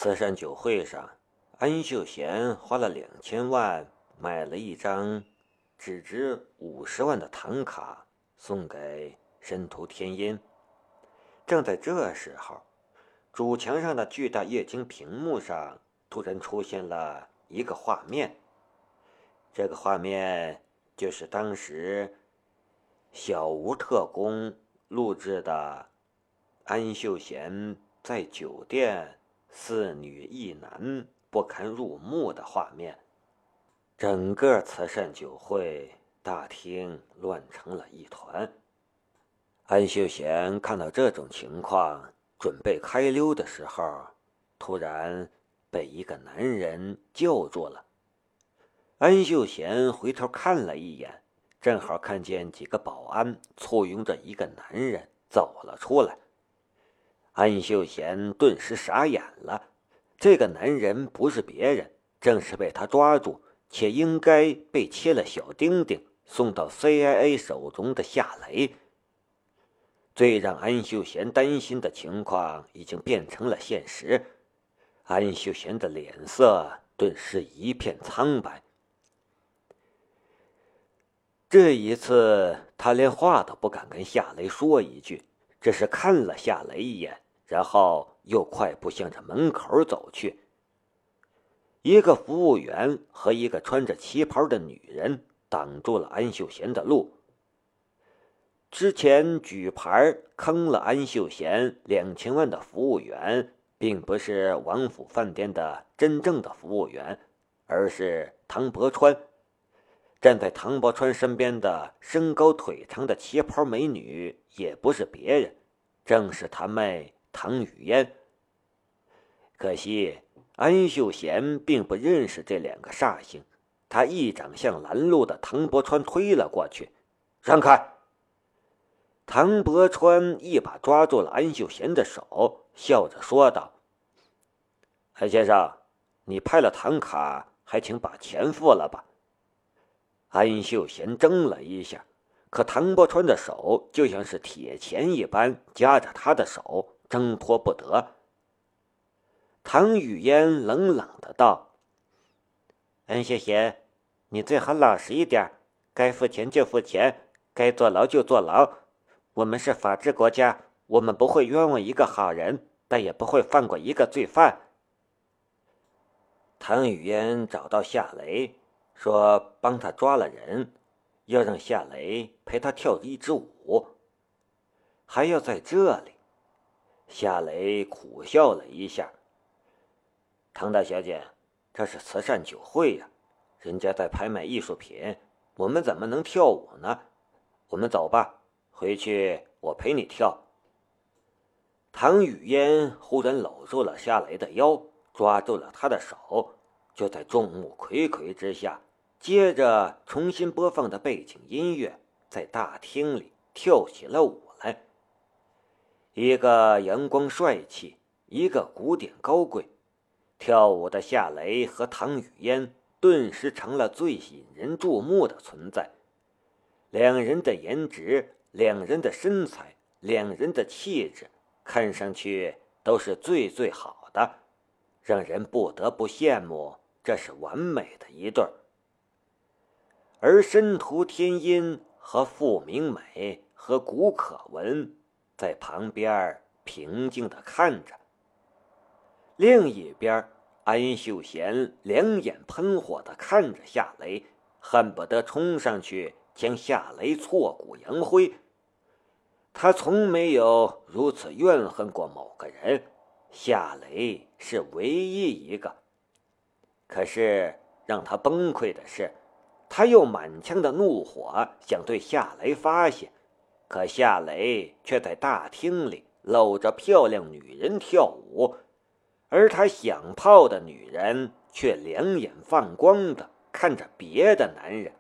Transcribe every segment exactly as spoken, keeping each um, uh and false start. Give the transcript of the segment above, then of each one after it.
慈善酒会上，安秀贤花了两千万买了一张只值五十万的唐卡，送给申屠天音。正在这时候，主墙上的巨大液晶屏幕上突然出现了一个画面。这个画面就是当时小吴特工录制的安秀贤在酒店四女一男不堪入目的画面。整个慈善酒会大厅乱成了一团。安秀贤看到这种情况，准备开溜的时候，突然被一个男人救住了。安秀贤回头看了一眼，正好看见几个保安簇拥着一个男人走了出来。安秀贤顿时傻眼了，这个男人不是别人，正是被他抓住且应该被切了小丁丁送到 C I A 手中的夏雷。最让安秀贤担心的情况已经变成了现实，安秀贤的脸色顿时一片苍白。这一次他连话都不敢跟夏雷说一句，只是看了夏雷一眼，然后又快步向着门口走去。一个服务员和一个穿着旗袍的女人挡住了安秀贤的路。之前举牌坑了安秀贤两千万的服务员，并不是王府饭店的真正的服务员，而是唐伯川。站在唐伯川身边的身高腿长的旗袍美女也不是别人，正是他妹唐雨嫣。可惜安秀贤并不认识这两个煞星，他一掌向拦路的唐伯川推了过去。让开！唐伯川一把抓住了安秀贤的手，笑着说道：安先生，你拍了唐卡，还请把钱付了吧。安秀贤怔了一下，可唐伯川的手就像是铁钳一般夹着他的手，挣脱不得。唐雨嫣冷冷的道：安秀贤，你最好老实一点，该付钱就付钱，该坐牢就坐牢。我们是法治国家，我们不会冤枉一个好人，但也不会放过一个罪犯。唐雨嫣找到夏雷，说帮他抓了人，要让夏雷陪他跳一支舞，还要在这里。夏雷苦笑了一下：唐大小姐，这是慈善酒会呀，人家在拍卖艺术品，我们怎么能跳舞呢？我们走吧，回去我陪你跳。唐雨嫣忽然搂住了夏雷的腰，抓住了他的手，就在众目睽睽之下，接着重新播放的背景音乐，在大厅里跳起了舞来。一个阳光帅气，一个古典高贵，跳舞的夏雷和唐雨嫣顿时成了最引人注目的存在。两人的颜值，两人的身材，两人的气质，看上去都是最最好的，让人不得不羡慕，这是完美的一对儿。而申屠天音和傅明美和古可文在旁边平静地看着。另一边，安秀贤两眼喷火地看着夏雷，恨不得冲上去将夏雷挫骨扬灰。他从没有如此怨恨过某个人，夏雷是唯一一个。可是让他崩溃的是，他又满腔的怒火想对夏雷发泄，可夏雷却在大厅里搂着漂亮女人跳舞，而他想泡的女人却两眼放光的看着别的男人。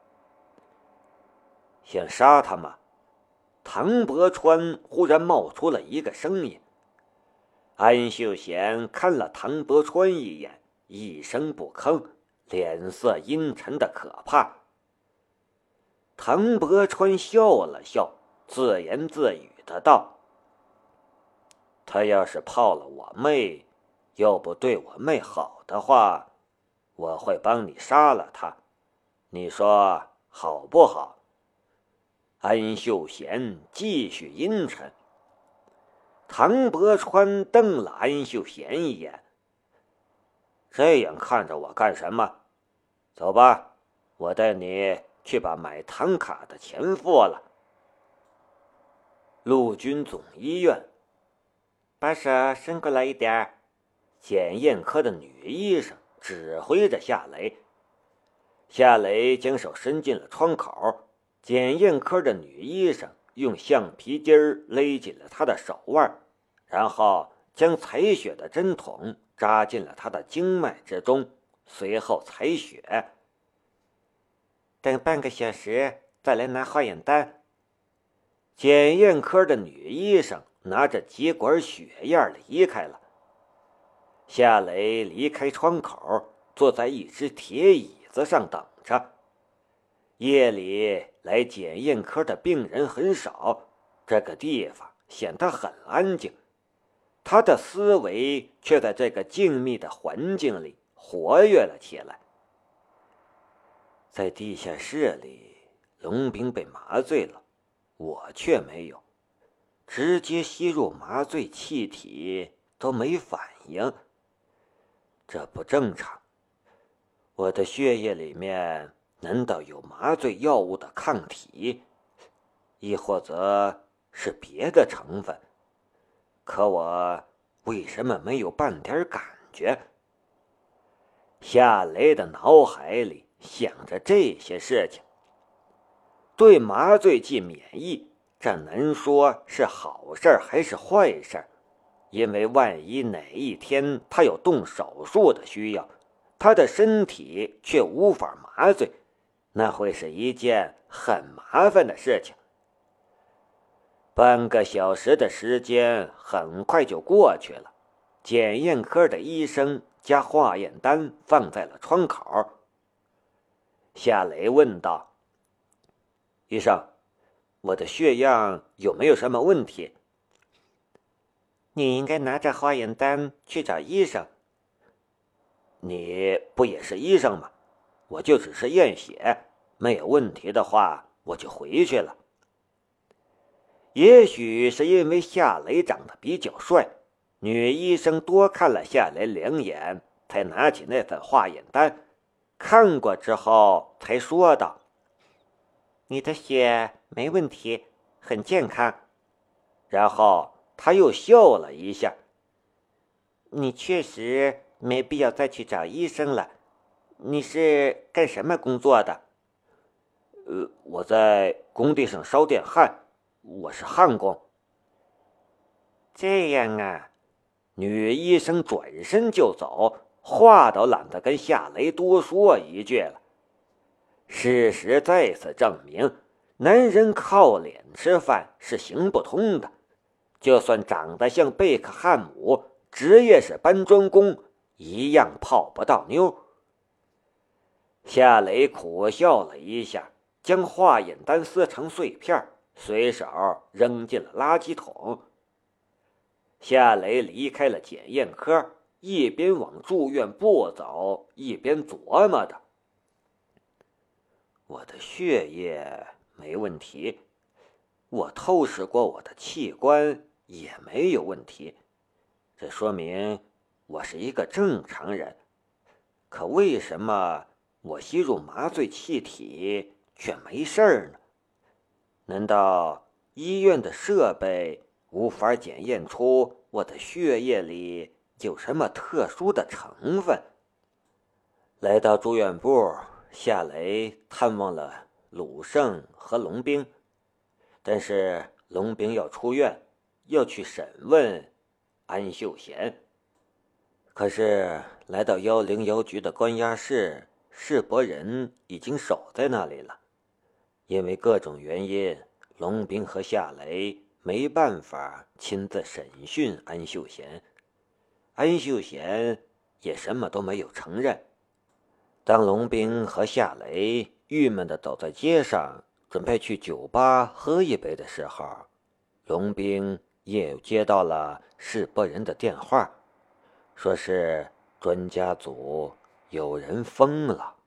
想杀他吗？唐伯川忽然冒出了一个声音。安秀贤看了唐伯川一眼，一声不吭，脸色阴沉的可怕。唐伯川笑了笑，自言自语的道：他要是泡了我妹， 又不对我妹好的话，我会帮你杀了他，你说好不好？”安秀贤继续阴沉。唐伯川瞪了安秀贤一眼：“这样看着我干什么？走吧，我带你去把买唐卡的钱付了。”陆军总医院，把手伸过来一点。检验科的女医生指挥着夏雷。夏雷将手伸进了窗口，检验科的女医生用橡皮筋儿勒紧了他的手腕，然后将采血的针筒扎进了他的经脉之中，随后采血。等半个小时再来拿化验单。检验科的女医生拿着几管血样离开了。夏雷离开窗口，坐在一只铁椅子上等着。夜里来检验科的病人很少，这个地方显得很安静，他的思维却在这个静谧的环境里活跃了起来。在地下室里，龙兵被麻醉了，我却没有，直接吸入麻醉气体都没反应。这不正常，我的血液里面难道有麻醉药物的抗体，亦或者是别的成分？可我为什么没有半点感觉？夏雷的脑海里想着这些事情。对麻醉剂免疫，这难说是好事还是坏事，因为万一哪一天他有动手术的需要，他的身体却无法麻醉，那会是一件很麻烦的事情。半个小时的时间很快就过去了，检验科的医生将化验单放在了窗口。夏雷问道：“医生，我的血样有没有什么问题？”“你应该拿着化验单去找医生。”“你不也是医生吗？我就只是验血，没有问题的话我就回去了。”也许是因为夏雷长得比较帅，女医生多看了夏雷两眼，才拿起那份化验单，看过之后才说道：“你的血没问题，很健康。”然后他又笑了一下：“你确实没必要再去找医生了。你是干什么工作的？”“呃，我在工地上烧电焊，我是焊工。”“这样啊。”女医生转身就走，话都懒得跟夏雷多说一句了。事实再次证明，男人靠脸吃饭是行不通的，就算长得像贝克汉姆，职业是搬砖工，一样泡不到妞。夏雷苦笑了一下，将化验单撕成碎片，随手扔进了垃圾桶。夏雷离开了检验科，一边往住院部走，一边琢磨着：“我的血液没问题，我透视过我的器官也没有问题，这说明我是一个正常人。可为什么我吸入麻醉气体却没事儿呢？难道医院的设备无法检验出我的血液里有什么特殊的成分？”来到住院部，夏雷探望了鲁胜和龙兵，但是龙兵要出院，要去审问安秀贤。可是来到一零一局的关押室，世伯仁已经守在那里了。因为各种原因，龙兵和夏雷没办法亲自审讯安秀贤，安秀贤也什么都没有承认。当龙兵和夏雷郁闷地走在街上，准备去酒吧喝一杯的时候，龙兵也接到了世伯仁的电话， 说是专家组有人疯了。